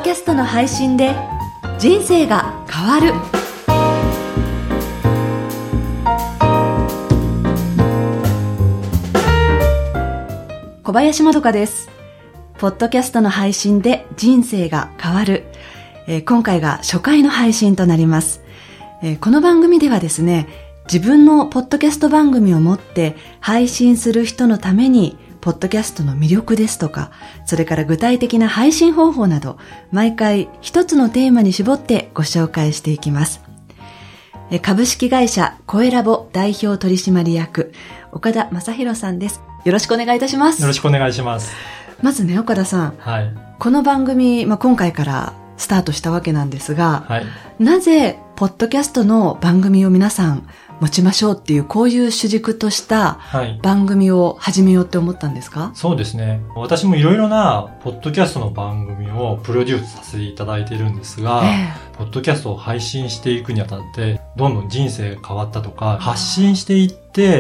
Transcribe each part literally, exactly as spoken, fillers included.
キャストの配信で人生が変わる。小林まどかです。ポッドキャストの配信で人生が変わる、えー、今回が初回の配信となります、えー、この番組ではですね、自分のポッドキャスト番組を持って配信する人のためにポッドキャストの魅力ですとか、それから具体的な配信方法など、毎回一つのテーマに絞ってご紹介していきます。株式会社声ラボ代表取締役、岡田正宏さんです。よろしくお願いいたします。 よろしくお願いします。 まずね、岡田さん。 はい。 この番組、まあ、今回からスタートしたわけなんですが、 はい。 なぜ、ポッドキャストの番組を皆さん持ちましょうっていう、こういう主軸とした番組を始めようって思ったんですか？はい、 そうですね。私もいろいろなポッドキャストの番組をプロデュースさせていただいているんですが、えー、ポッドキャストを配信していくにあたって、どんどん人生が変わったとか、発信していって、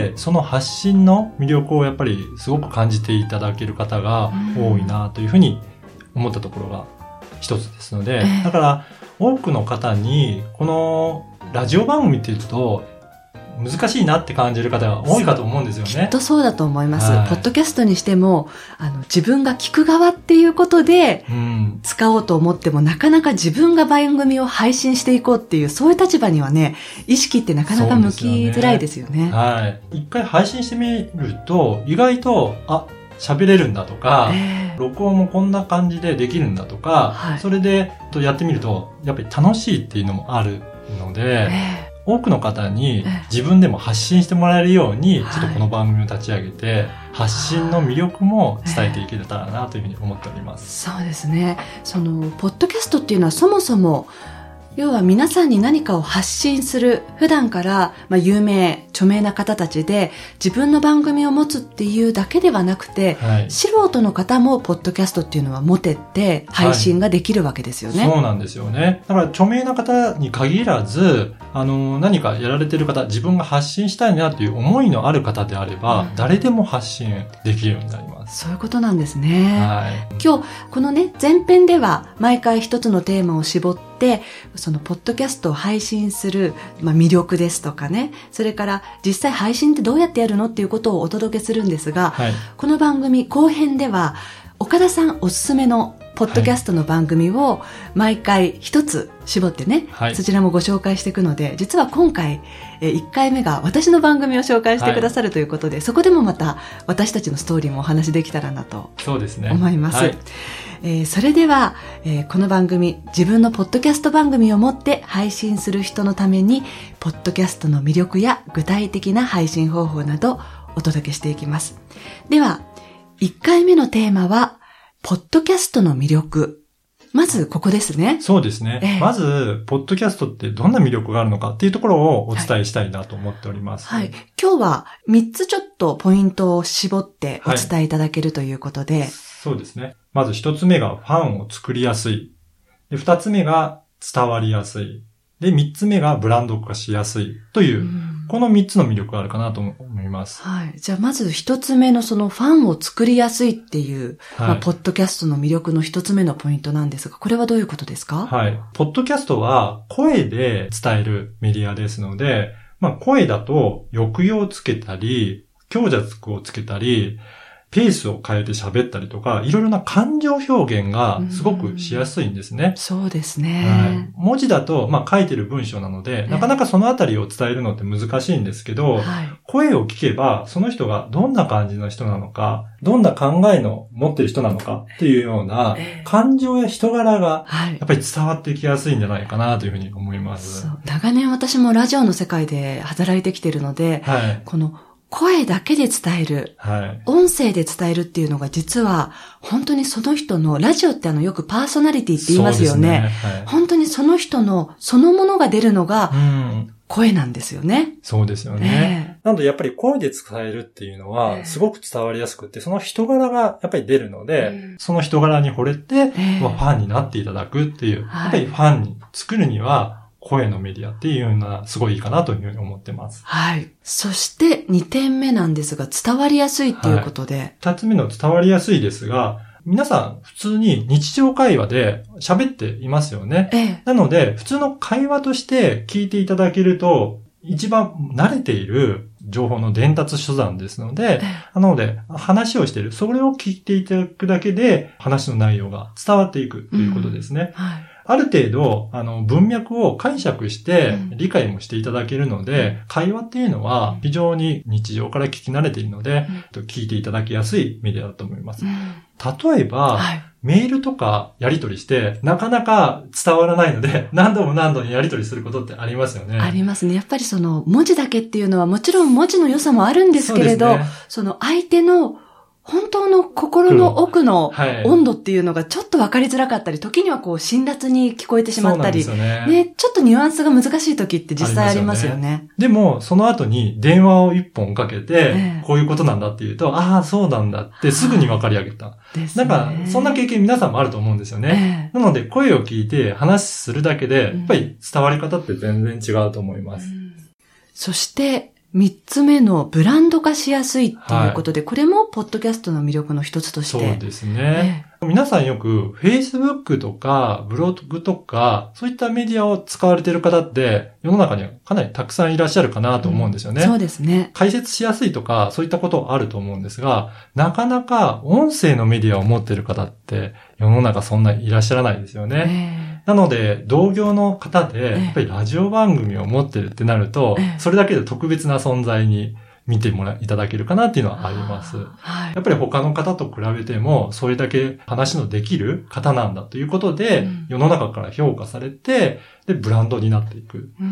その発信の魅力をやっぱりすごく感じていただける方が多いなというふうに思ったところが一つですので、えー、だから多くの方にこのラジオ番組って言うと難しいなって感じる方が多いかと思うんですよね。 きっとそうだと思います。 はい、 ポッドキャストにしても、あの、自分が聞く側っていうことで、使おうと思っても、うん、なかなか自分が番組を配信していこうっていう、そういう立場にはね、意識ってなかなか向きづらいですよね。 はい。一回配信してみると、意外と、あ、喋れるんだとか、えー、録音もこんな感じでできるんだとか、はい、それでやってみると、やっぱり楽しいっていうのもあるので、えー多くの方に自分でも発信してもらえるように、ちょっとこの番組を立ち上げて、発信の魅力も伝えていけたらなというふうに思っております。 そうですね。その、ポッドキャストっていうのはそもそも、要は皆さんに何かを発信する、普段から、まあ、有名、著名な方たちで自分の番組を持つっていうだけではなくて、はい、素人の方もポッドキャストっていうのは持てって配信ができるわけですよね。 はい、そうなんですよね。だから著名な方に限らず、あの、何かやられてる方、自分が発信したいなという思いのある方であれば、うん、誰でも発信できるようになります。 そういうことなんですね。 はい、 今日、このね、前編では毎回一つのテーマを絞って、そのポッドキャストを配信する、まあ、魅力ですとかね、それから実際配信ってどうやってやるのっていうことをお届けするんですが、はい、この番組後編では岡田さんおすすめのポッドキャストの番組を毎回一つ絞ってね、はい、そちらもご紹介していくので、実は今回いっかいめが私の番組を紹介してくださるということで、はい、そこでもまた私たちのストーリーもお話できたらなと思います。そうですね。はい、えー、それでは、えー、この番組、自分のポッドキャスト番組を持って配信する人のために、ポッドキャストの魅力や具体的な配信方法などお届けしていきます。では、いっかいめのテーマは、ポッドキャストの魅力。まずここですね。 そうですね。えー、まず、ポッドキャストってどんな魅力があるのかっていうところをお伝えしたいなと思っております。 はい。はい、今日はみっつちょっとポイントを絞ってお伝えいただけるということで。はい、 そうですね。まずひとつめがファンを作りやすい。で、ふたつめが伝わりやすい。で、みっつめがブランド化しやすいという、うこのみっつの魅力があるかなと思います。 はい。じゃあまずひとつめのそのファンを作りやすいっていう、はい、まあ、ポッドキャストの魅力のひとつめのポイントなんですが、これはどういうことですか？ はい。ポッドキャストは声で伝えるメディアですので、まあ声だと抑揚をつけたり、強弱をつけたり、ペースを変えて喋ったりとか、いろいろな感情表現がすごくしやすいんですね。 うそうですね。 はい。文字だと、まあ書いてる文章なので、なかなかそのあたりを伝えるのって難しいんですけど、はい、声を聞けば、その人がどんな感じの人なのか、どんな考えの持ってる人なのかっていうような、感情や人柄が、やっぱり伝わってきやすいんじゃないかなというふうに思います。 そう。長年私もラジオの世界で働いてきているので、はい、この声だけで伝える、はい、音声で伝えるっていうのが実は本当にその人の、ラジオってあのよくパーソナリティって言いますよね。そうですね。はい、本当にその人のそのものが出るのが声なんですよね。 うん、そうですよね。えー、なのでやっぱり声で伝えるっていうのはすごく伝わりやすくて、その人柄がやっぱり出るので、うん、その人柄に惚れて、えー、ファンになっていただくっていう、はい、やっぱりファンに作るには声のメディアっていうのはすごいいいかなというふうに思ってます。 はい。そしてにてんめなんですが、伝わりやすいっていうことで。 はい、ふたつめの伝わりやすいですが、 皆さん普通に日常会話で喋っていますよね。 ええ、 なので、普通の会話として聞いていただけると、一番慣れている情報の伝達手段ですので、なので、話をしている。それを聞いていただくだけで、話の内容が伝わっていくということですね。 うんはい、 ある程度、あの、文脈を解釈して理解もしていただけるので、うん、会話っていうのは非常に日常から聞き慣れているので、うん、聞いていただきやすいメディアだと思います。うん、例えば、はい、メールとかやり取りして、なかなか伝わらないので、何度も何度もやり取りすることってありますよね。 ありますね。やっぱりその文字だけっていうのはもちろん文字の良さもあるんですけれど、そ,、ね、その相手の本当の心の奥の温度っていうのがちょっと分かりづらかったり、時にはこう辛辣に聞こえてしまったり、 そうなんですよね。 ね、ちょっとニュアンスが難しい時って実際ありますよね。よねでも、その後に電話を一本かけて、えー、こういうことなんだっていうと、ああ、そうなんだってすぐに分かり上げた。ですね。なんか、そんな経験皆さんもあると思うんですよね。えー、なので、声を聞いて話するだけで、やっぱり伝わり方って全然違うと思います。うん、 そして、三つ目のブランド化しやすいっていうことで、はい、これもポッドキャストの魅力の一つとして。 そうですね。ええ、皆さんよく Facebook とかブログとかそういったメディアを使われている方って世の中にはかなりたくさんいらっしゃるかなと思うんですよね。 うん、そうですね。 解説しやすいとかそういったことあると思うんですが、なかなか音声のメディアを持っている方って世の中そんなにいらっしゃらないですよね。えー、なので同業の方でやっぱりラジオ番組を持ってるってなると、えー、それだけで特別な存在に見てもらいただけるかなっていうのはあります。はい、やっぱり他の方と比べても、それだけ話のできる方なんだということで、うん、世の中から評価されて、で、ブランドになっていく。うん、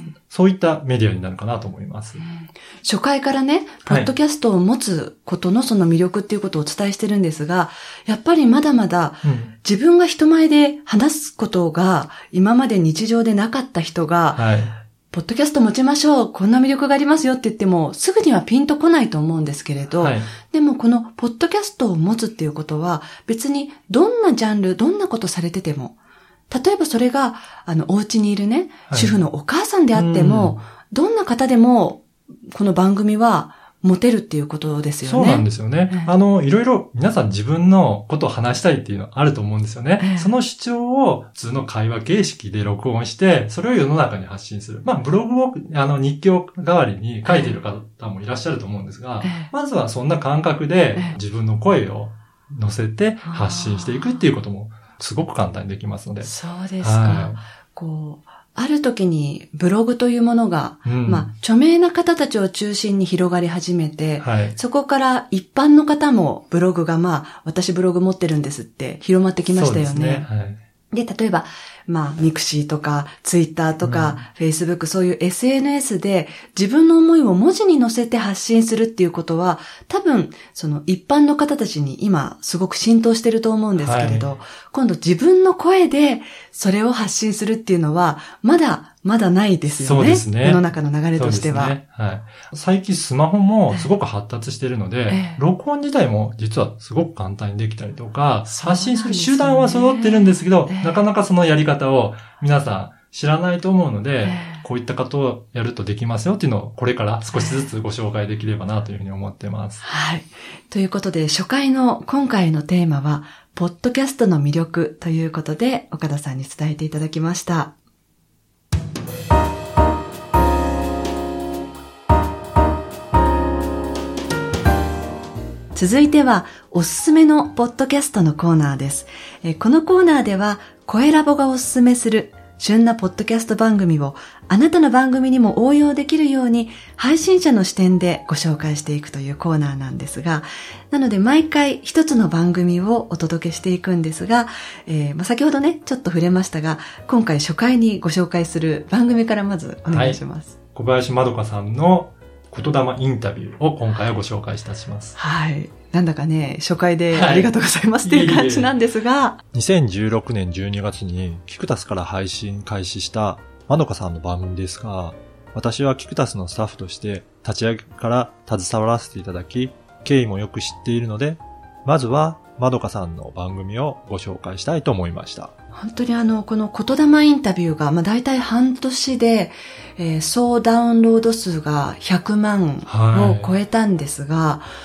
そういったメディアになるかなと思います。うん、 初回からね、ポッドキャストを持つことのその魅力っていうことをお伝えしてるんですが、やっぱりまだまだ、自分が人前で話すことが今まで日常でなかった人が、はいポッドキャスト持ちましょう。こんな魅力がありますよって言っても、すぐにはピンとこないと思うんですけれど、はい、でもこのポッドキャストを持つっていうことは、別にどんなジャンル、どんなことされてても、例えばそれが、あの、お家にいるね、はい、主婦のお母さんであっても、どんな方でも、この番組は、持てるっていうことですよね。 そうなんですよね。えー、あの、いろいろ皆さん自分のことを話したいっていうのあると思うんですよね。えー、その主張を普通の会話形式で録音して、それを世の中に発信する。まあ、ブログを、あの、日記代わりに書いている方もいらっしゃると思うんですが、えー、まずはそんな感覚で自分の声を乗せて発信していくっていうこともすごく簡単にできますので。 そうですか。はい、こうある時にブログというものが、うん、まあ、著名な方たちを中心に広がり始めて、はい、そこから一般の方もブログが、まあ、私ブログ持ってるんですって広まってきましたよね。そうですね。はい、で、例えば、まあ、ミクシーとか、ツイッターとか、フェイスブック、そういう エスエヌエス で自分の思いを文字に乗せて発信するっていうことは、多分、その一般の方たちに今、すごく浸透してると思うんですけれど、はい、今度自分の声でそれを発信するっていうのは、まだ、まだないですよね。そうですね。世の中の流れとしては。そうですね。はい。 最近スマホもすごく発達しているので、えー、録音自体も実はすごく簡単にできたりとか、ね、発信する手段は揃ってるんですけど、えー、なかなかそのやり方を皆さん知らないと思うので、えー、こういったことをやるとできますよっていうのをこれから少しずつご紹介できればなというふうに思ってます。 はい。ということで、初回の今回のテーマは、ポッドキャストの魅力ということで、岡田さんに伝えていただきました。続いては、おすすめのポッドキャストのコーナーです。えこのコーナーでは、声ラボがおすすめする旬なポッドキャスト番組をあなたの番組にも応用できるように配信者の視点でご紹介していくというコーナーなんですが、なので毎回一つの番組をお届けしていくんですが、えーまあ、先ほどねちょっと触れましたが、今回初回にご紹介する番組からまずお願いします。 はい、小林まどかさんの言霊インタビューを今回はご紹介いたします。 はい。なんだかね、初回でありがとうございますっていう感じなんですが。 はい、にせんじゅうろくねんじゅうにがつにキクタスから配信開始したまどかさんの番組ですが、私はキクタスのスタッフとして立ち上げから携わらせていただき、経緯もよく知っているので、まずはまどかさんの番組をご紹介したいと思いました。 本当にあの、この言霊インタビューが、まあ大体半年で、えー、総ダウンロード数がひゃくまんを超えたんですが、はい、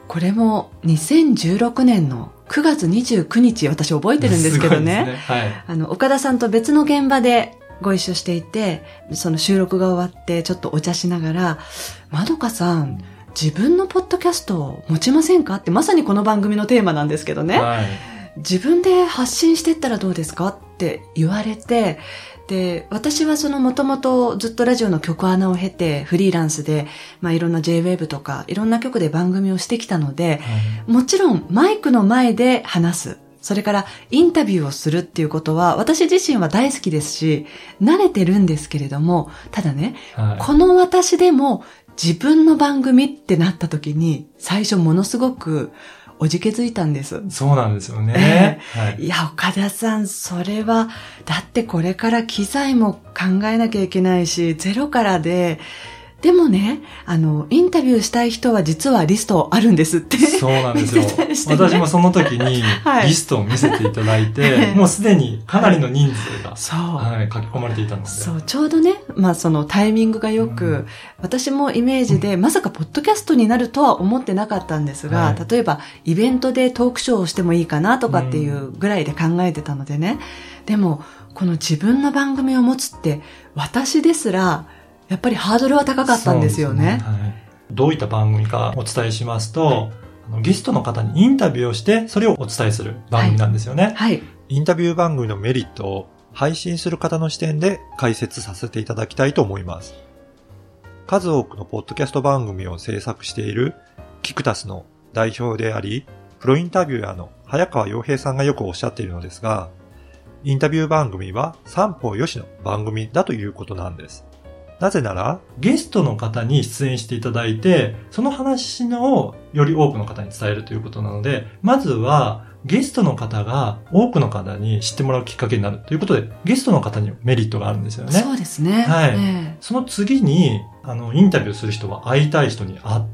これもにせんじゅうろくねんのくがつにじゅうくにち、私覚えてるんですけどね。 すごいですね。はい。 あの、岡田さんと別の現場でご一緒していて、その収録が終わってちょっとお茶しながら、まどかさん、自分のポッドキャストを持ちませんかって、まさにこの番組のテーマなんですけどね。はい。自分で発信していったらどうですかって言われて、で、私はそのもともとずっとラジオの局アナを経てフリーランスで、まあいろんな ジェイウェーブ とかいろんな局で番組をしてきたので、はい、もちろんマイクの前で話す。それからインタビューをするっていうことは私自身は大好きですし、慣れてるんですけれども、ただね、はい、この私でも自分の番組ってなった時に最初ものすごくおじけづいたんです。 そうなんですよね。 えーはい、いや、岡田さん、それは、だってこれから機材も考えなきゃいけないし、ゼロからで、でもね、あの、インタビューしたい人は実はリストあるんですって。 そうなんですよ。ね、私もその時にリストを見せていただいて、はい、もうすでにかなりの人数が、そう、はい、書き込まれていたので。 そう、ちょうどね、まあそのタイミングがよく、うん、私もイメージで、まさかポッドキャストになるとは思ってなかったんですが、はい、例えばイベントでトークショーをしてもいいかなとかっていうぐらいで考えてたのでね。うん、でも、この自分の番組を持つって、私ですら、やっぱりハードルは高かったんですよね。 そうですね。はい。どういった番組かお伝えしますと、はい、あのゲストの方にインタビューをして、それをお伝えする番組なんですよね。はい。はい、 インタビュー番組のメリットを配信する方の視点で解説させていただきたいと思います。数多くのポッドキャスト番組を制作しているキクタスの代表であり、プロインタビュアーの早川洋平さんがよくおっしゃっているのですが、インタビュー番組は三方よしの番組だということなんです。なぜなら、 ゲストの方に出演していただいて、その話をより多くの方に伝えるということなので、まずはゲストの方が多くの方に知ってもらうきっかけになるということで、ゲストの方にメリットがあるんですよね。 そうですね。 はい。えー、その次に、あの、インタビューする人は会いたい人に会って、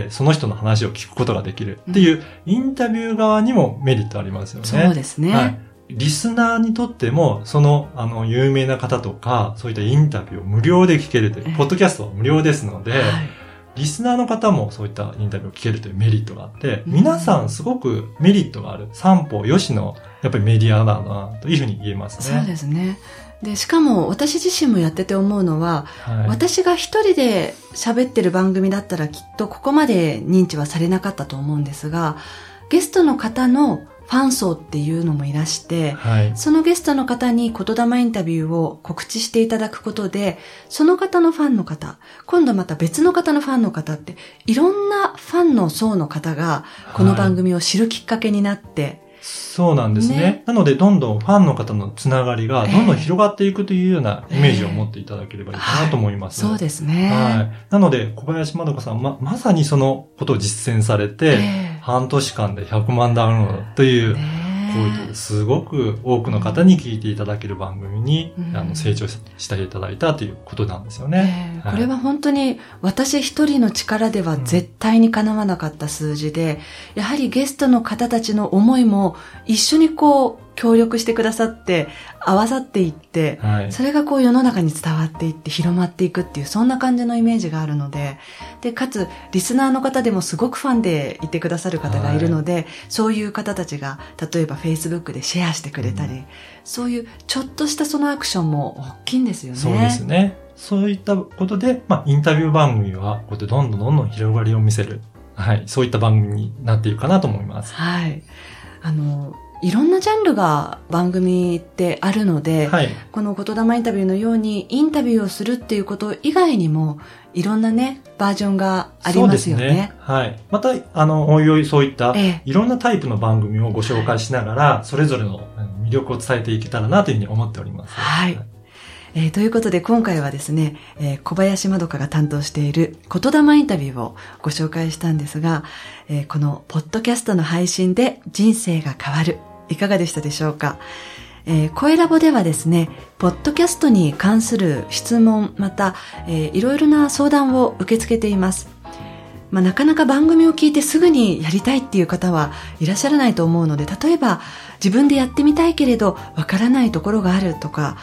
その人の話を聞くことができるっていう、うん、インタビュー側にもメリットありますよね。 そうですね。はい。 リスナーにとっても、その、あの、有名な方とか、そういったインタビューを無料で聞けるという、ポッドキャストは無料ですので、はい、リスナーの方もそういったインタビューを聞けるというメリットがあって、うん、皆さんすごくメリットがある、三方よしの、やっぱりメディアだな、というふうに言えますね。 そうですね。で、しかも私自身もやってて思うのは、はい、私が一人で喋ってる番組だったらきっとここまで認知はされなかったと思うんですが、ゲストの方のファン層っていうのもいらして、はい、そのゲストの方に言霊インタビューを告知していただくことで、その方のファンの方、今度また別の方のファンの方って、いろんなファンの層の方が、この番組を知るきっかけになって、はい、 そうなんですね。ね。なので、どんどんファンの方のつながりが、どんどん広がっていくというようなイメージを持っていただければいいかなと思います。 えーはい、そうですね。 はい。なので、小林まどかさん、ま、まさにそのことを実践されて、えー半年間でひゃくまんダウンロードという、こういうすごく多くの方に聞いていただける番組に、うん、あの成長していただいたということなんですよね。 はい、これは本当に私一人の力では絶対にかなわなかった数字で、うん、やはりゲストの方たちの思いも一緒にこう協力してくださって合わさっていって、はい、それがこう世の中に伝わっていって広まっていくっていうそんな感じのイメージがあるので、でかつリスナーの方でもすごくファンでいてくださる方がいるので、はい、そういう方たちが例えば Facebook でシェアしてくれたり、うん、そういうちょっとしたそのアクションも大きいんですよね。 そうですね。そういったことで、まあインタビュー番組はこうやってどんどんどんどん広がりを見せる、はい、そういった番組になっているかなと思います。 はい。あのいろんなジャンルが番組ってあるので、はい、この言霊インタビューのようにインタビューをするっていうこと以外にもいろんなねバージョンがありますよね。そうですね。 はい。またあのおいおいそういったいろんなタイプの番組をご紹介しながら、ええ、それぞれの魅力を伝えていけたらなというふうに思っております。 はい。はい、えー、ということで今回はですね、えー、小林まどかが担当している言霊インタビューをご紹介したんですが、えー、このポッドキャストの配信で人生が変わる、いかがでしたでしょうか。えー、声ラボではですね、ポッドキャストに関する質問、また、えー、いろいろな相談を受け付けています。まあ、なかなか番組を聞いてすぐにやりたいっていう方はいらっしゃらないと思うので、例えば自分でやってみたいけれどわからないところがあるとか、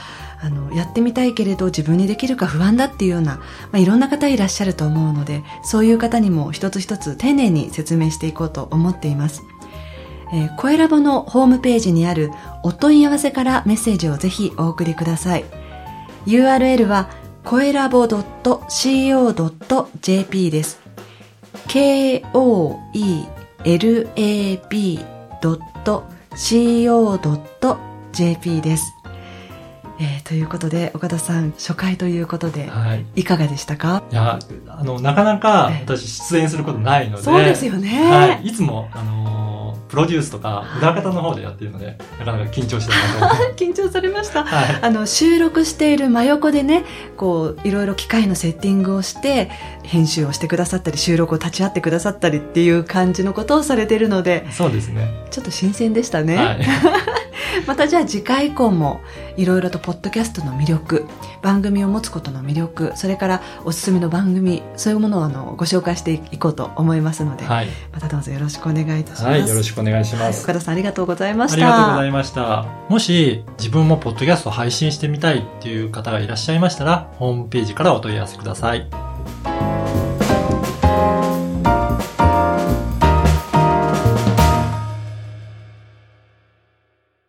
あの、やってみたいけれど自分にできるか不安だっていうような、まあ、いろんな方いらっしゃると思うので、そういう方にも一つ一つ丁寧に説明していこうと思っています。えー、声ラボのホームページにあるお問い合わせからメッセージをぜひお送りください。ユーアールエル は声ラボ ドットシーオー ドット ジェーピー です。ケーオーイーエルエービー ドット シーオー ドット ジェーピー です。えー、ということで岡田さん、初回ということで、はい、いかがでしたか？ いや、あのなかなか私出演することないので、 そうですよね、 はい、いつもあのプロデュースとか裏方の方でやっているので、なかなか緊張してるなと思って緊張されました、 はい、 あの収録している真横でね、こういろいろ機械のセッティングをして編集をしてくださったり、収録を立ち会ってくださったりっていう感じのことをされているので、 そうですね、 ちょっと新鮮でしたね、 はいまたじゃあ次回以降もいろいろとポッドキャストの魅力、番組を持つことの魅力、それからおすすめの番組、そういうものをあのご紹介していこうと思いますので、はい、またどうぞよろしくお願いいたします。 はい、よろしくお願いします、 はい、岡田さんありがとうございました。 ありがとうございました。もし自分もポッドキャストを配信してみたいっていう方がいらっしゃいましたら、ホームページからお問い合わせください。